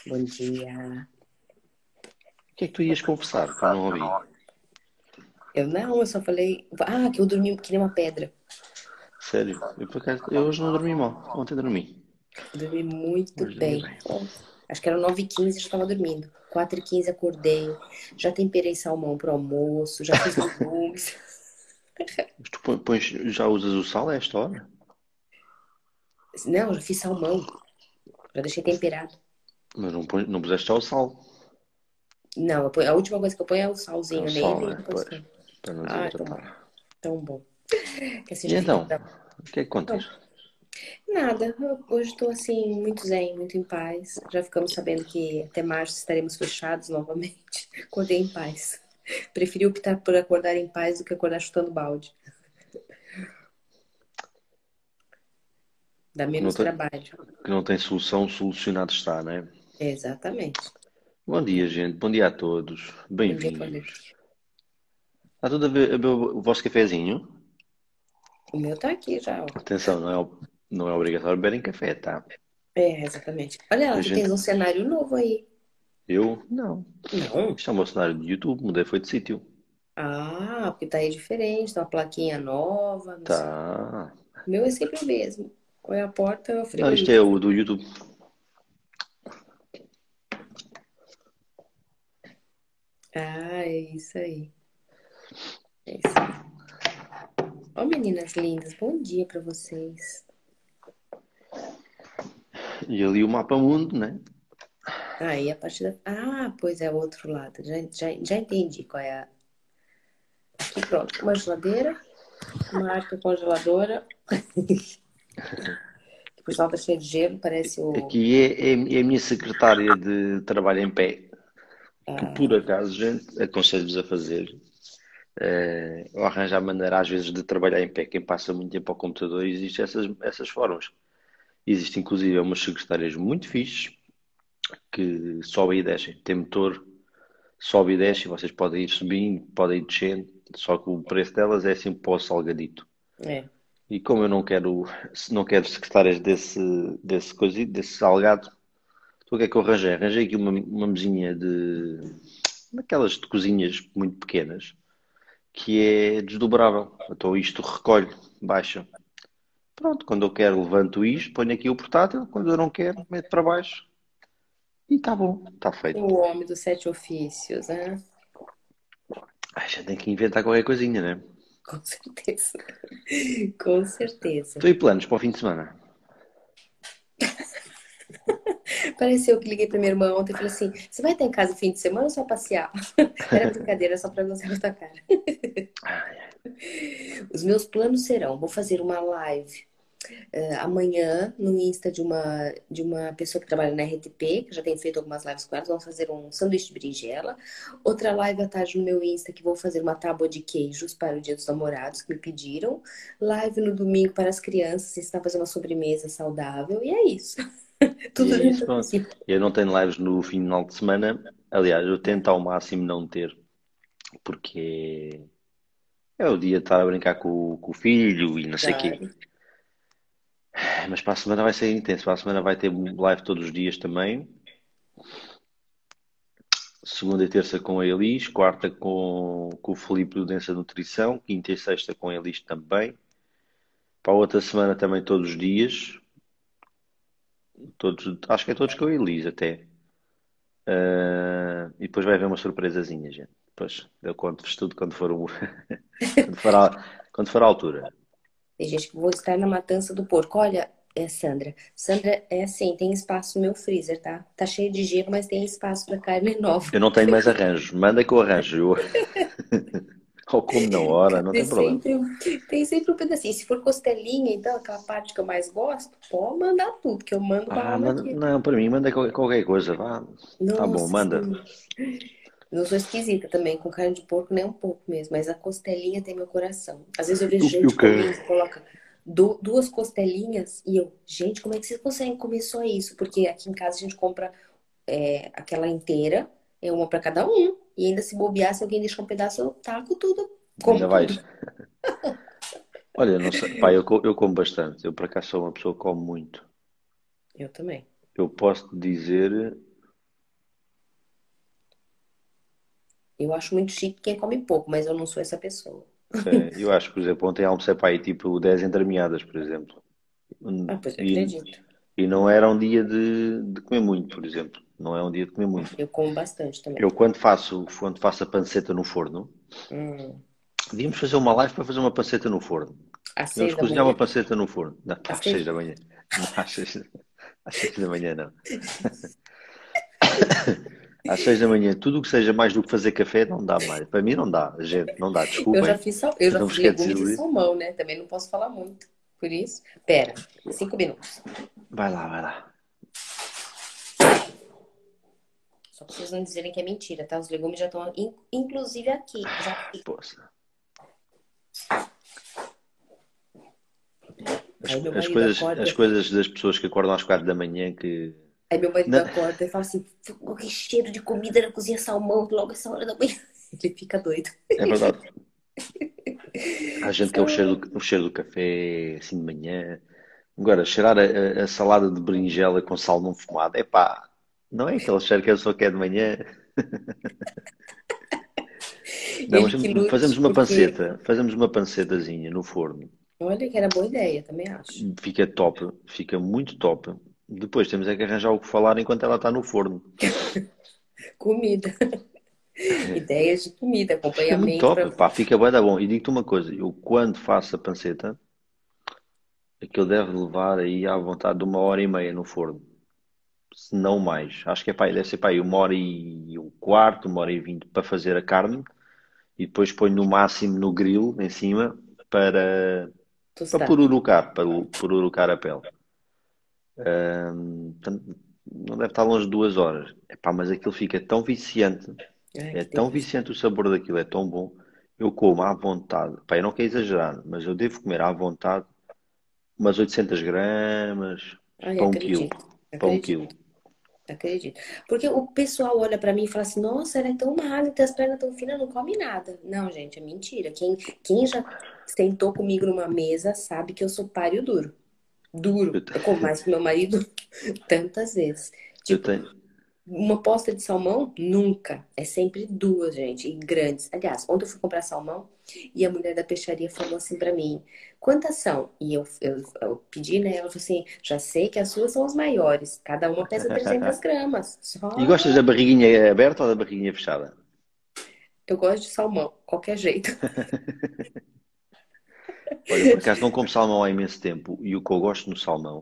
Bom dia. O que é que tu ias confessar? Pá, não ouvi. Eu só falei. Que eu dormi que nem uma pedra. Sério? Eu, por acaso, eu hoje não dormi mal. Ontem dormi. Eu dormi muito Hoje dormi bem. bem. Acho que era 9h15 e já estava dormindo. 4h15 acordei. Já temperei salmão pro almoço. Já fiz legumes. Mas tu já usas o sal a esta hora? Não, já fiz salmão. Já deixei temperado. Mas não puseste só o sal. Não, a última coisa que eu ponho é o É o salzinho sal, nele e né? depois Pois. como. Para não Ah, tão bom. desidratar. Tão bom. Que assim E já fica. então? O que é que contas? Nada, hoje estou assim, muito zen, muito em paz. Já ficamos sabendo que até março estaremos fechados novamente. Acordei em paz. Preferi optar por acordar em paz do que acordar chutando balde. Dá Que não menos tem, trabalho. que não tem solução, solucionado está, né? Exatamente. Bom dia, gente. Bom dia a todos. Bom dia, poder. Bem-vindos. Está tudo a ver o vosso cafezinho? O meu tá aqui já, ó. Atenção, não é obrigatório beberem café, tá? É, exatamente. Olha Que lá, a tu tens gente... um cenário novo aí. Eu? Não. Não? Isto é o meu cenário de YouTube. Mudei foi de sítio. Ah, porque tá aí diferente, tá uma plaquinha nova, não sei. Tá. O meu é sempre o mesmo. Ou é a porta ou é o Não, isto é frigorífico. o do YouTube. Ah, é isso aí. É isso aí. Ó, meninas lindas, bom dia pra vocês. E ali o mapa mundo, né? Aí a partir da. Ah, pois é o outro lado. Já entendi qual é a. Aqui, pronto. Uma geladeira, uma arca congeladora. Por sinal tá cheio de gelo, parece o. Aqui é a minha secretária de trabalho em pé, que por Ah, acaso, gente, aconselho-vos a fazer. Ou arranjar maneira, às vezes, de trabalhar em pé. Quem passa muito tempo ao computador, existem essas formas. Existem, inclusive, umas secretárias muito fixes que sobem e descem. Tem motor, sobe e desce, e vocês podem ir subindo, podem ir descendo, só que o preço delas é assim para o salgadito. é. E como eu não quero secretárias desse salgado, então o que é que eu arranjei? Arranjei aqui uma mesinha daquelas de cozinhas muito pequenas, que é desdobrável. Então isto recolhe, baixa. Pronto, quando eu quero levanto isto, ponho aqui o portátil, quando eu não quero, meto para baixo e está bom, está feito. O homem dos sete ofícios, né? Ai, já tem que inventar qualquer coisinha, né? Com certeza. Com certeza. Estou aí planos para o fim de semana. Pareceu que liguei pra minha irmã ontem e falei assim: você vai estar em casa no fim de semana ou só passear? Era brincadeira, só pra gozar da tua cara. Os meus planos serão: vou fazer uma live amanhã no Insta de uma pessoa que trabalha na RTP, que já tem feito algumas lives com ela. Vamos fazer um sanduíche de berinjela. Outra live à tarde no meu Insta, que vou fazer uma tábua de queijos para o Dia dos Namorados, que me pediram. Live no domingo para as crianças, ensinar a fazer uma sobremesa saudável. E é isso. E Tudo é isso, dentro do pronto. possível. Eu não tenho lives no final de semana. Aliás, eu tento ao máximo não ter, porque é o dia de estar a brincar com o filho e não sei o quê. Claro. Mas para a semana vai ser intenso. Para a semana vai ter live todos os dias também. Segunda e terça com a Elis. Quarta com o Filipe do Densa Nutrição. Quinta e sexta com a Elis também. Para a outra semana também todos os dias. Todos, acho que é todos com a Elis até. E depois vai haver uma surpresazinha, gente. Depois eu conto-vos tudo quando for, quando for a altura. Tem gente que vou estar na matança do porco. Olha, Sandra. Sandra, é assim, tem espaço no meu freezer, tá? Tá cheio de gelo, mas tem espaço para carne nova. Eu não tenho mais arranjos. Manda que eu arranjo. Ou como na hora, não Tem tem problema. sempre, tem sempre um pedacinho. Se for costelinha, então, aquela parte que eu mais gosto, pode mandar tudo, que eu mando bala naquilo. Não, para mim, manda qualquer coisa. Vá. Tá bom, Nossa manda. Senhora. Eu sou esquisita também, com carne de porco nem um pouco mesmo, mas a costelinha tem meu coração. Às vezes eu vejo Eu gente quero. comendo, coloca duas costelinhas e eu, gente, como é que vocês conseguem comer só isso? Porque aqui em casa a gente compra aquela inteira, é uma para cada um. E ainda se bobear, se alguém deixar um pedaço, eu taco tudo, como Ainda tudo. vais. Olha, não sei. Pá, eu como bastante. Eu, por acaso, sou uma pessoa que come muito. Eu também. Eu posso te dizer. Eu acho muito chique quem come pouco, mas eu não sou essa pessoa. Eu acho que, por exemplo, ontem almocei para aí tipo 10 entremeadas, por exemplo. Ah, pois E, acredito. e não era um dia de comer muito, por exemplo. Não é um dia de comer muito. Eu como bastante também. Eu quando faço a panceta no forno, Hum. devíamos fazer uma live para fazer uma panceta no forno. Às Vamos seis da cozinhar uma manhã? panceta no forno. Não, Às às seis? 6 da manhã. Não, às seis da manhã não. Às 6 da manhã, tudo o que seja mais do que fazer café não dá mais. Para mim não dá, gente, não dá. Desculpem, Eu já não fiz vos quero dizer legumes e isso. salmão, né? Também não posso falar muito. Por isso, pera, 5 minutos. Vai lá, vai lá. Só pra vocês não dizerem que é mentira, tá? Os legumes já estão, inclusive aqui. Já aqui. Poxa. As, Aí meu as marido coisas, as acorda. coisas das pessoas que acordam às 4 da manhã que. Aí meu marido Não, acorda e fala assim: "Oh, que cheiro de comida na cozinha, salmão, logo essa hora da manhã." Ele fica doido. é verdade. Há gente que é o cheiro do café, assim de manhã. Agora, cheirar a salada de berinjela com salmão fumado, é pá, não é aquele cheiro que eu só quero de manhã. Não, mas Ele que lute, porque fazemos uma pancetazinha no forno. olha que era boa ideia, também acho. Fica top, fica muito top. Depois temos é que arranjar o que falar enquanto ela está no forno. Comida. Ideias de comida, Fica muito acompanhamento top, para. pá, fica bué da bom. E digo-te uma coisa, eu quando faço a panceta, aquilo deve levar aí à vontade de 1 hora e meia no forno. Se não mais. Acho que deve ser para aí 1 hora e um quarto, 1 hora e 20 para fazer a carne e depois ponho no máximo no grill em cima para Tostar. pururucar a pele. Portanto, não deve estar longe de 2 horas. Epá, mas aquilo fica tão viciante, Ai, é que tão delícia. viciante o sabor daquilo, é tão bom. Eu como à vontade. Pá, eu não quero exagerar, mas eu devo comer à vontade umas 800 gramas Ai, para 1 quilo. acredito. Para um Acredito. quilo. Acredito. Porque o pessoal olha pra mim e fala assim: nossa, ela é tão magra, tem as pernas tão finas, não come nada. Não, gente, é mentira. Quem já sentou comigo numa mesa sabe que eu sou páreo duro. Duro. Eu, te- Eu como mais que meu marido tantas vezes. eu Tipo, tenho. uma posta de salmão? Nunca. É sempre duas, gente, e grandes. Aliás, ontem eu fui comprar salmão e a mulher da peixaria falou assim pra mim: quantas são? E eu pedi, né? Ela falou assim: já sei que as suas são as maiores. Cada uma pesa 300 gramas. E Só gostas da barriguinha aberta ou da barriguinha fechada? eu gosto de salmão, qualquer jeito. Olha, eu por acaso não como salmão há imenso tempo e o que eu gosto no salmão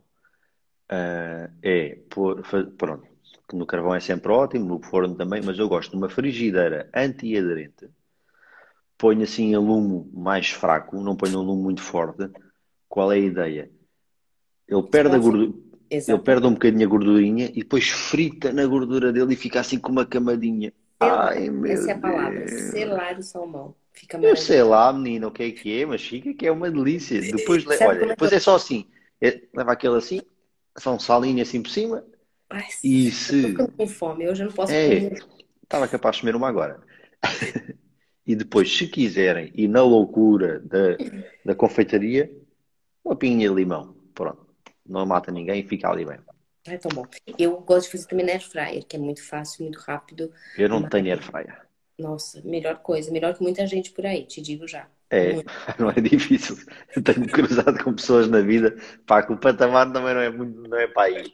é pôr, pronto, que no carvão é sempre ótimo, no forno também, mas eu gosto de uma frigideira antiaderente. Ponho assim a lume mais fraco, não ponho um lume muito forte. Qual é a ideia? Ele Você perde a coloca. gordura, ele perde um Exatamente. bocadinho a gordurinha e depois frita na gordura dele e fica assim com uma camadinha. Selar. Ai meu Essa é a palavra. Deus! Selar o salmão. Fica Eu sei maravilhoso. lá, menina, o que é, mas fica que é uma delícia. Depois, Sabe olha, como é que depois eu. é só assim, leva aquele assim, só um salinho assim por cima, Ai, e eu tô se ficando com fome. Hoje eu não posso é, comer. estava capaz de comer uma agora. E depois, se quiserem, e na loucura da confeitaria, uma pinha de limão. Pronto, não mata ninguém e fica ali bem. Ai, tão bom. Eu gosto de fazer também na air fryer, que é muito fácil, muito rápido. Eu não Mas, tenho airfryer. nossa, melhor coisa. Melhor que muita gente por aí, te digo já. É, Muito. não é difícil. Eu tenho cruzado com pessoas na vida, pá, que o patamar também não é muito, não é para aí.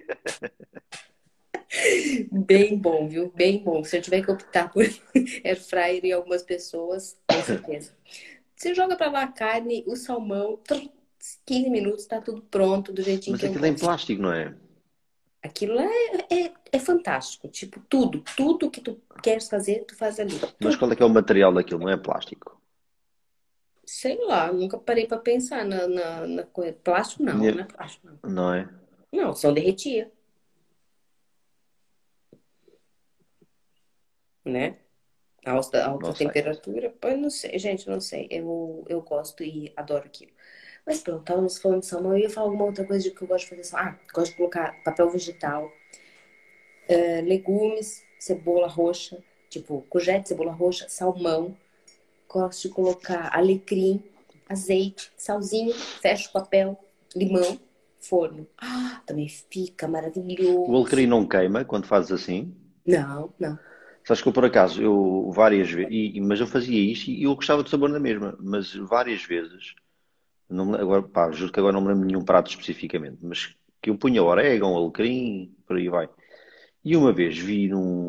Bem bom, viu? Bem bom. Se eu tiver que optar por air fryer e algumas pessoas, com certeza. Você joga pra lá a carne, o salmão, 15 minutos, tá tudo pronto, do jeitinho Mas que eu aquilo é em gosto. plástico, não é? Aquilo é fantástico. Tipo, tudo que tu queres fazer, tu faz ali. Mas Tudo. qual é que é o material daquilo? Não é plástico? Sei lá, nunca parei pra pensar na coisa. Plástico não, Minha- não é plástico, não. Não é? Não, são derretia, né? Alta Não sei. temperatura, pois não sei, gente, não sei. Eu gosto e adoro aquilo. Mas pronto, estávamos falando de salmão. Eu ia falar alguma outra coisa de que eu gosto de fazer. Gosto de colocar papel vegetal, legumes, cebola roxa, tipo courgette, cebola roxa, salmão. Gosto de colocar alecrim, azeite, salzinho, fecho o papel, limão, forno. Ah, também fica O alecrim maravilhoso. não queima quando fazes assim? Não, não. Sabes que eu por acaso, eu várias vezes, mas eu fazia isto e eu gostava de sabor na mesma, mas várias vezes, agora, pá, juro que agora não me lembro de nenhum prato especificamente, mas que eu punha orégano, alecrim, por aí vai. E uma vez vi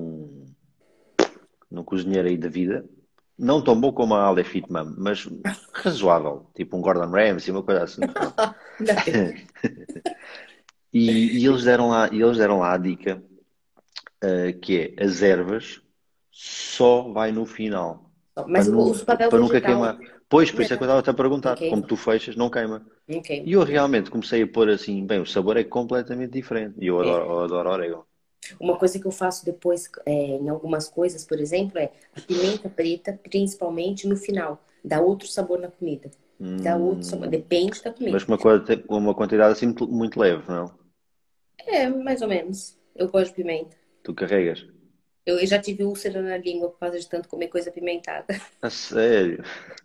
num cozinheiro aí da vida, não tão bom como a Aleph Hitman, mas razoável, tipo um Gordon Ramsay, uma coisa assim, pronto. Ainda bem. E eles deram lá a dica, que é as ervas só vai no final, para, Mas eu uso papel para nunca vegetal, queimar. Pois, por né? isso é que eu estava-te a Não perguntar, como queima? tu fechas, não queima. Não E queima. eu Não. realmente comecei a pôr assim, bem, o sabor é completamente diferente. E eu É. adoro, eu adoro orégano. Uma coisa que eu faço depois, em algumas coisas, por exemplo, é a pimenta preta, principalmente no final. Dá outro sabor na comida. Dá outro sabor. Hum, Depende da mas comida. com uma quantidade assim muito, muito leve, não? É, mais ou menos. Eu gosto de pimenta. Tu carregas. Eu já tive úlcera na língua por causa de tanto comer coisa apimentada. A sério?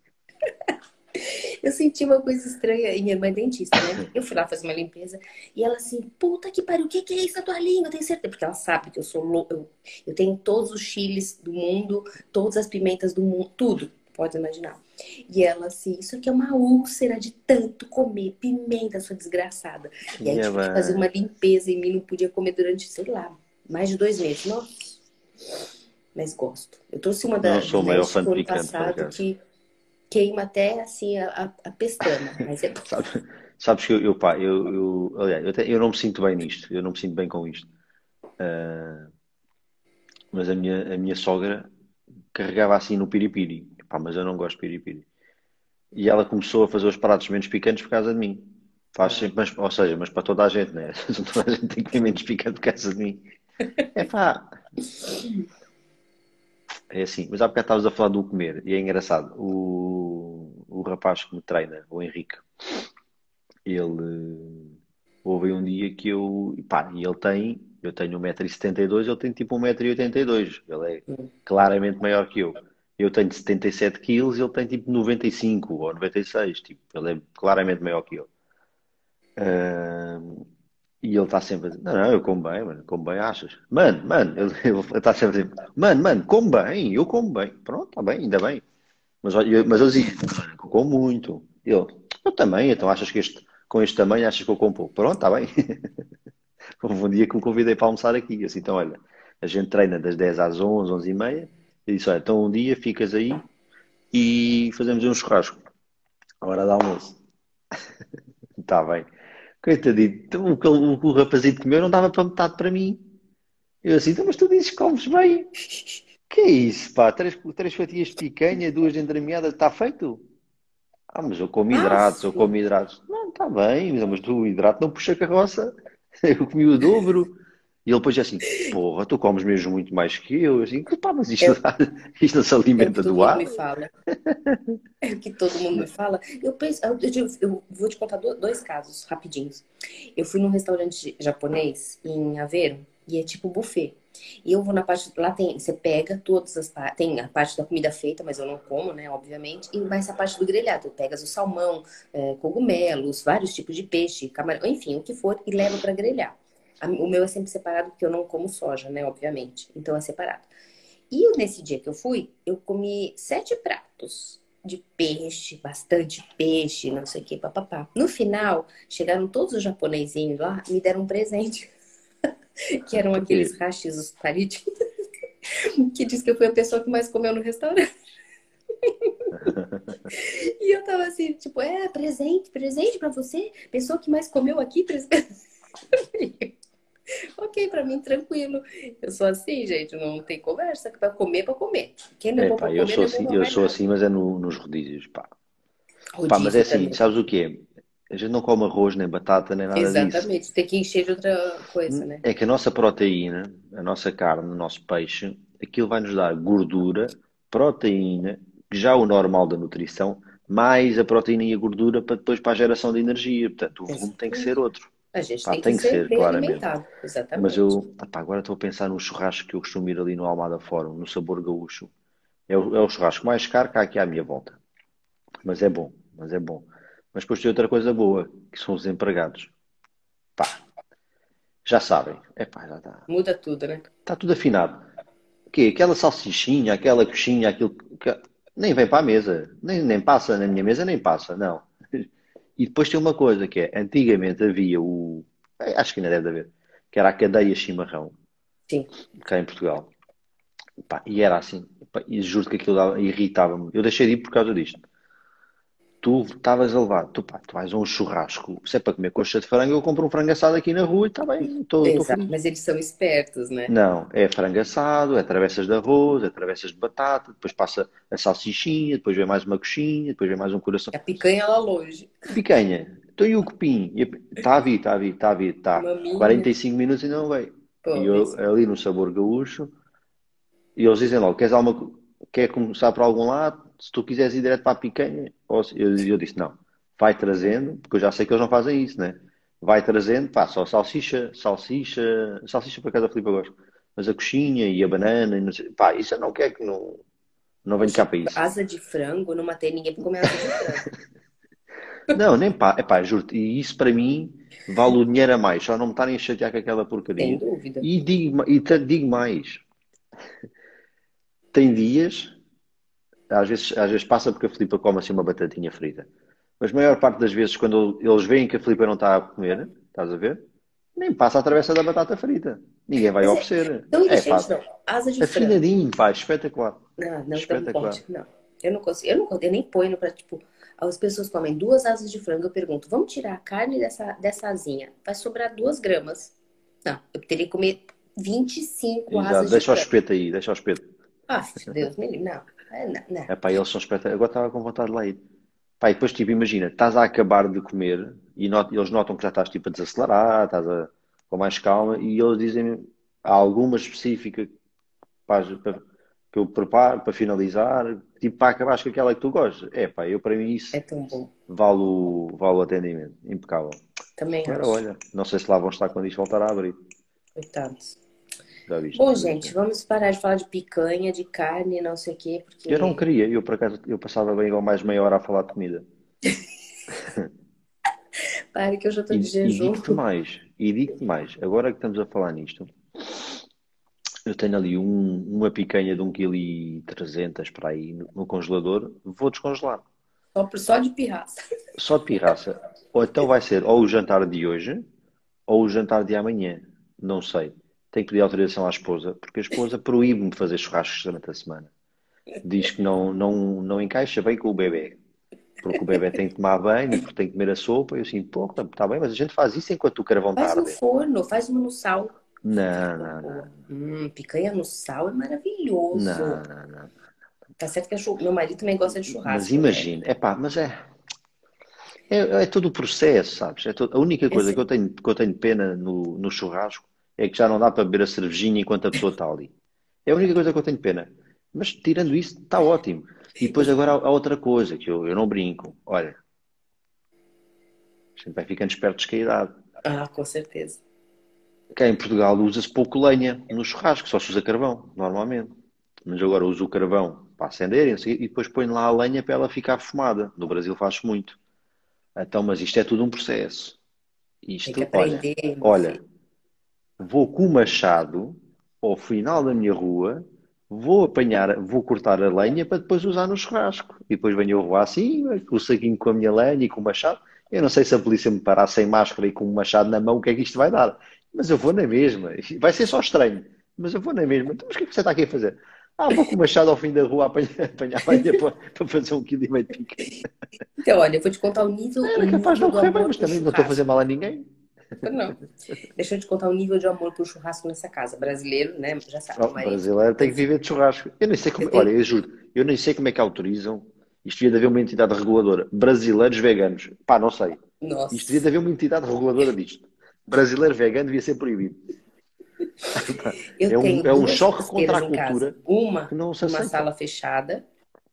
Eu senti uma coisa estranha. E minha irmã é dentista, né? Eu fui lá fazer uma limpeza e ela assim, puta que pariu, o que que é isso na tua língua? Eu tenho certeza. Porque ela sabe que eu sou louca. Eu tenho todos os chiles do mundo, todas as pimentas do mundo, tudo. Pode imaginar. E ela assim, isso aqui é uma úlcera de tanto comer pimenta, sua desgraçada. E aí Ia tive que fazer uma bem. limpeza em mim, não podia comer durante, sei lá, mais de 2 meses. Nossa, mas gosto. Eu trouxe uma Não do sou o maior fã de México ano picante, por passado acaso. que queima até assim a pestana, mas é bom. Sabes, sabes que pá, aliás, eu não me sinto bem nisto. Eu não me sinto bem com isto. Mas a minha sogra carregava assim no piripiri. Pá, mas eu não gosto de piripiri. E ela começou a fazer os pratos menos picantes por causa de mim. Faz Ah, sempre, ou seja, mas para toda a gente, né? Toda a gente tem que comer menos picante por causa de mim. É pá, é assim. Mas há bocado estavas a falar do comer. E é engraçado. O rapaz que me treina, o Henrique, ele. Houve um dia que eu. Pá, e ele tem. Eu tenho 1,72 m, ele tem tipo 1,82 m. Ele é hum. claramente maior que eu. Eu tenho 77 quilos e ele tem tipo 95 ou 96. Tipo, ele é claramente maior que eu. E ele está sempre a dizer: Não, não, eu como bem, mano, como bem, achas? Mano, ele está sempre a dizer: Mano, como bem, eu como bem. Pronto, está bem, ainda bem. Mas eu dizia: "Mano, eu como muito." Ele: Eu também, então achas que com este tamanho achas que eu como pouco? Pronto, está bem. Houve um dia que o convidei para almoçar aqui. Eu disse: Então, olha, a gente treina das 10 às 11, 11 e meia. E disse: Olha, então um dia ficas aí e fazemos um churrasco, à hora do almoço. Está bem. Coitadito, então, o rapazito comeu não dava para metade para mim. Eu assim: Então, mas tu dizes que comes bem. Que é isso, pá? Três fatias de picanha, duas de entremeada, está feito? Ah, mas eu como hidratos, eu Fácil. como hidratos. Não, está bem, mas tu o hidrato não puxa carroça. Eu comi o dobro. E ele depois assim: Porra, tu comes mesmo muito mais que eu. Eu assim: Pá, mas É, isto, isto não se é o que alimenta todo do mundo me ar? fala. É o que todo mundo me fala. Eu penso, eu vou te contar dois casos rapidinhos. Eu fui num restaurante japonês em Aveiro e é tipo buffet. E eu vou na parte, lá tem, você pega todas as partes, tem a parte da comida feita, mas eu não como, né, obviamente, e mais a parte do grelhado. Tu pegas o salmão, cogumelos, vários tipos de peixe, camarão, enfim, o que for, e leva para grelhar. O meu é sempre separado porque eu não como soja, né, obviamente. Então é separado. Nesse dia que eu fui, eu comi 7 pratos de peixe, bastante peixe, não sei o que, papapá. No final, chegaram todos os japonesinhos lá, me deram um presente, que eram Porquê? aqueles hashis, os palitos, que diz que eu fui a pessoa que mais comeu no restaurante. E eu tava assim, tipo, presente, presente pra você, pessoa que mais comeu aqui, presente. Ok, pra mim, tranquilo. Eu sou assim, gente, não tem conversa. Pra comer, é pra comer. Quem não é É bom pá, pra comer, não é bom pra eu mais sou nada. assim, mas é nos rodízios, pá. Pá, mas é Rodízio assim, também. sabes o que é? A gente não come arroz, nem batata, nem nada disso. Exatamente, tem que encher de outra coisa, né? É que a nossa proteína, a nossa carne, o nosso peixe, aquilo vai nos dar gordura, proteína, que já é o normal da nutrição, mais a proteína e a gordura para depois para a geração de energia. Portanto, o volume tem que ser Exatamente. outro. A gente Pá, tem que tem que ser ser, bem claramente. alimentado. Mas Exatamente. agora estou a pensar no churrasco que eu costumo ir ali no Almada Fórum, no Sabor Gaúcho. É o churrasco mais caro que há aqui à minha volta. Mas é bom, mas é bom. Mas depois tem outra coisa boa, que são os empregados. Pá, já sabem. É pá, já está. Muda tudo, né? Está tudo afinado. quê? Aquela salsichinha, aquela coxinha, aquilo nem vem para a mesa, nem passa na minha mesa, nem passa, não. E depois tem uma coisa que é, antigamente havia acho que ainda deve haver, que era a cadeia chimarrão, Sim. cá em Portugal. Pá, e era assim, pá, e juro que aquilo irritava-me. Eu deixei de ir por causa disto. Tu estavas a levar, pá, tu vais a um churrasco, se é para comer coxa de frango, eu compro um frango assado aqui na rua e está bem, estou Exato, feliz. mas eles são espertos, né? Não, é frango assado, é travessas de arroz, é travessas de batata, depois passa a salsichinha, depois vem mais uma coxinha, depois vem mais um coração. A picanha lá longe. Picanha, então e o cupim? Está a vir, está a vir, está a vir, está. Maminha. 45 minutos e não veio. E eu Pois. ali no Sabor Gaúcho, e eles dizem logo, quer começar por algum lado? Se tu quiseres ir direto para a picanha, eu disse, não, vai trazendo, porque eu já sei que eles não fazem isso, né? Vai trazendo, pá, só salsicha para cada Filipe eu gosto. Mas a coxinha e a banana, e não sei, pá, isso eu não quero que não venho cá Oxe, para isso. asa de frango, não matei ninguém pra comer asa de frango. Não, nem pá, é pá, juro-te, e isso para mim vale o dinheiro a mais, só não me estarem a chatear com aquela Sem porcaria. dúvida. Digo mais, tem dias, às vezes passa porque a Filipa come assim uma batatinha frita. Mas a maior parte das vezes, quando eles veem que a Filipa não está a comer, estás a ver? Nem passa a travessa da batata frita. Ninguém vai Mas oferecer. tão É pá, exigente, não. Asa de frango. afinadinho, pá, espetacular. Não, não, então não Espetacular. pode. Não. Eu não consigo. Eu nem ponho pra, tipo, as pessoas comem duas asas de frango. Eu pergunto, vamos tirar a carne dessa asinha? Vai sobrar 2 gramas. Não, eu teria que comer 25 Exato, asas de deixa o frango. espeto aí, deixa o espeto. Ah, Deus me livre. Não. Não, não. É pá, eles são espetaculares. Agora estava com vontade de lá ir. Pá, e depois, tipo, imagina, estás a acabar de comer e eles notam que já estás, tipo, a desacelerar, com mais calma e eles dizem, há alguma específica para que eu preparo, para finalizar, tipo, para acabar com aquela que tu gostas. É pá, eu para mim isso É tão bom. vale o atendimento. Impecável. Também Agora, acho. olha, não sei se lá vão estar quando isto voltar a abrir. Coitados. Já viste, Bom, já gente, viste. vamos parar de falar de picanha, de carne, não sei o quê, Eu não porque queria, eu por acaso, eu passava bem igual mais meia hora a falar de comida. pare que eu já tô de E jejum. digo-te mais, agora que estamos a falar nisto, eu tenho ali uma picanha de 1,3 kg para aí no congelador, vou descongelar. Só de pirraça. Só de pirraça. Ou então vai ser ou o jantar de hoje, ou o jantar de amanhã. Não sei. Tenho que pedir autorização à esposa, porque a esposa proíbe-me de fazer churrascos durante a semana. Diz que não encaixa bem com o bebê. Porque o bebê tem que tomar banho, porque tem que comer a sopa. E eu assim, pô, está bem, mas a gente faz isso enquanto o carvão está a Faz no arder. forno, faz uma no sal. Fica Não, tão não, não. boa. Picanha no sal é Não, maravilhoso. não, não. Tá certo que meu marido também gosta de Mas churrasco, né? imagina, é pá, é todo o processo, sabes? A única Eu coisa sei. que eu tenho pena no churrasco é que já não dá para beber a cervejinha enquanto a pessoa está ali. É a única coisa que eu tenho pena. Mas tirando isso, está ótimo. E depois agora há outra coisa que eu não brinco. Olha, a gente vai ficando espertos com a idade. Ah, com certeza. Cá em Portugal usa-se pouco lenha no churrasco, só se usa carvão, normalmente. Mas agora uso o carvão para acender e não sei o quê, e depois ponho lá a lenha para ela ficar fumada. No Brasil faz muito. Então, mas isto é tudo um processo. Tem que Isto, olha, aprender, meu olha, filho. vou com o machado ao final da minha rua, vou cortar a lenha para depois usar no churrasco. E depois venho eu voar assim, com o saquinho com a minha lenha e com o machado. Eu não sei se a polícia me parar sem máscara e com o machado na mão, o que é que isto vai dar. Mas eu vou na mesma. Vai ser só estranho, mas eu vou na mesma. Então, mas o que é que você está aqui a fazer? Ah, vou com o machado ao fim da rua apanhar lenha para fazer 1,5 kg de picanha. Então, olha, eu vou te contar o Era capaz de nível não do correr bem, amor mas por também não estou a fazer churrasco. mal a ninguém. Não. Deixa eu te contar o nível de amor por churrasco nessa casa. Brasileiro, né? Já sabe, meu Oh, marido. brasileiro tem Eu, que viver de churrasco. Eu nem sei eu como. Olha, tenho. eu juro, eu nem sei como é que autorizam. Isto devia de haver uma entidade reguladora. Brasileiros veganos. Pá, não sei. Isto devia de Nossa. haver uma entidade reguladora disto. Brasileiro vegano devia ser proibido. Pá, Eu É um, tenho é um duas choque contra churrasqueiras a em casa. cultura que Uma não se numa aceita. sala fechada.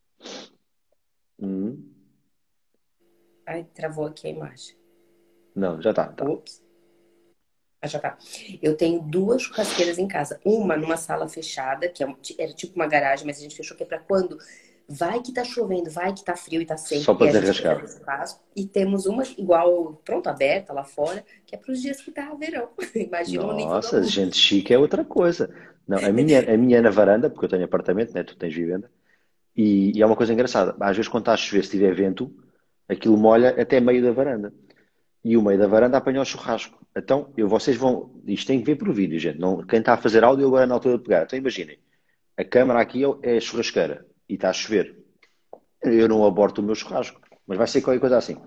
Hum. Ai, travou aqui a imagem. Não, já está. Tá. Ops. Ah, já tá. Eu tenho duas churrasqueiras em casa. Uma numa sala fechada, que era tipo uma garagem, mas a gente fechou que é pra quando vai que tá chovendo, vai que tá frio e tá Só seco, e para a gente quer fazer desarrascar. churrasco. E temos uma igual, pronto, aberta lá fora, que é pros dias que tá verão. Imagina o nível do Nossa, amor. gente chique é outra coisa. Não, a minha é na varanda, porque eu tenho apartamento, né? Tu tens vivenda. E é uma coisa engraçada. Às vezes, quando está a chover, se tiver vento, aquilo molha até meio da varanda. E o meio da varanda apanha o churrasco. Então, vocês vão. Isto tem que ver por vídeo, gente. Não, quem está a fazer áudio agora é na altura de pegar. Então, imaginem. A câmara aqui é a churrasqueira e está a chover. Eu não aborto o meu churrasco. Mas vai ser qualquer coisa assim.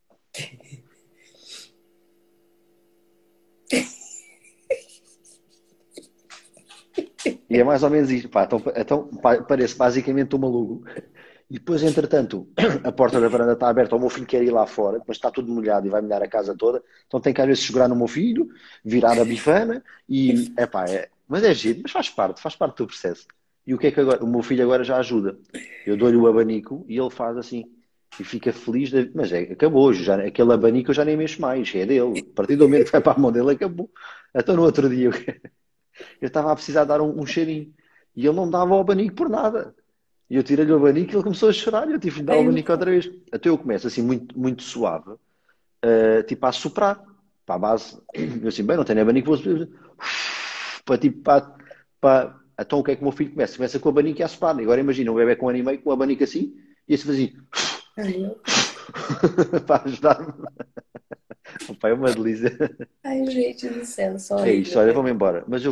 E é mais ou menos isto, pá. Então parece basicamente um maluco. E depois, entretanto, a porta da varanda está aberta, o meu filho quer ir lá fora, mas está tudo molhado e vai molhar a casa toda. Então tem que às vezes segurar no meu filho, virar a bifana e, epá, mas é giro, mas faz parte do processo. E o que é que agora? O meu filho agora já ajuda. Eu dou-lhe o abanico e ele faz assim. E fica feliz, mas acabou, aquele abanico eu já nem mexo mais, é dele. A partir do momento que vai para a mão dele, acabou. Então no outro dia eu estava a precisar dar um cheirinho. E ele não dava o abanico por nada. E eu tirei-lhe o abanico e ele começou a chorar. E eu tive de dar o Ai, abanico outra vez. Até eu começo assim, muito, muito suave, tipo a soprar, para a base. Eu assim, bem, não tenho abanico, vou para tipo, para. Então o que é que o meu filho começa? Começa com o abanico e a soprar. Agora imagina um bebê com um ano e meio, com o abanico assim, e assim fazia ai, para ajudar-me. Opa, é uma delícia. ai, gente do céu, só É isto, horrível. olha, vou-me embora. Mas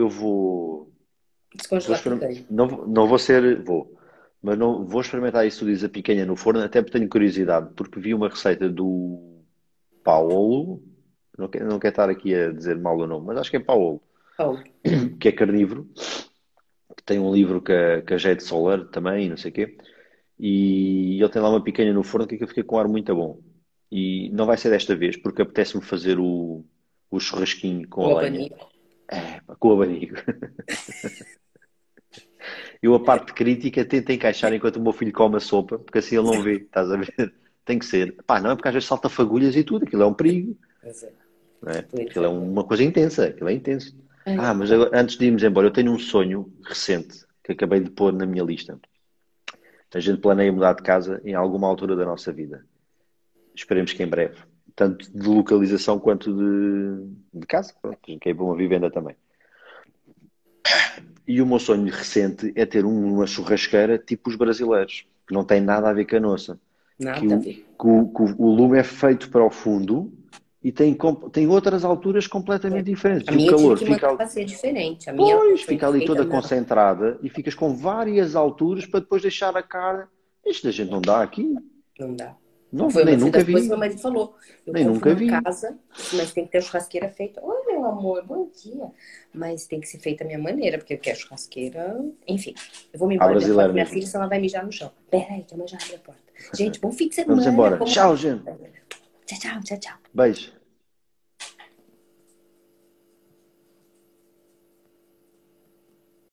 vou Descongelar picanha. não vou ser, vou, mas não vou experimentar isso, tu dizes a picanha no forno, até porque tenho curiosidade, porque vi uma receita do Paulo, não quero estar aqui a dizer mal o nome, mas acho que é Paulo, Paulo. que é carnívoro, que tem um livro com a Jade Soler também, não sei o quê, e ele tem lá uma picanha no forno que eu fiquei com um ar muito bom. E não vai ser desta vez, porque apetece-me fazer o churrasquinho com O a lenha. abanico. É, pá, com o abanico. Eu, a parte crítica, tento encaixar enquanto o meu filho come a sopa, porque assim ele não vê, estás a ver? Tem que ser. Pá, não é porque às vezes salta fagulhas e tudo, aquilo é um perigo, Pois é, não é? muito Aquilo é vergonha. uma coisa intensa, aquilo é intenso. Ai, Ah, mas agora, antes de irmos embora, eu tenho um sonho recente que acabei de pôr na minha lista. A gente planeia mudar de casa em alguma altura da nossa vida. Esperemos que em breve. Tanto de localização quanto de casa. Pronto, a gente quer ir para uma vivenda também. E o meu sonho recente é ter uma churrasqueira tipo os brasileiros, que não tem nada a ver com a nossa. Que nada a o, ver. que o lume é feito para o fundo e tem outras alturas completamente diferentes. A E o minha eu tive calor que fica, mandar fazer diferente. A minha pois, foi fica ali feita toda na. concentrada e ficas com várias alturas para depois deixar a carne. Isto a gente não dá aqui. Não dá. Não, Foi nem uma nunca das coisas que vi. meu marido falou. Eu Nem compro nunca uma vi. casa, mas tem que ter a churrasqueira feita. Oi, meu amor, bom dia. Mas tem que ser feita a minha maneira, porque eu quero churrasqueira. Enfim, eu vou me À embora da porta brasileira da minha mesmo. filha, senão ela vai mijar no chão. Pera aí, que a mãe já abre a porta. Gente, bom fim de Vamos semana. embora. Como... Tchau, gente. Tchau, tchau, tchau, tchau. Beijo.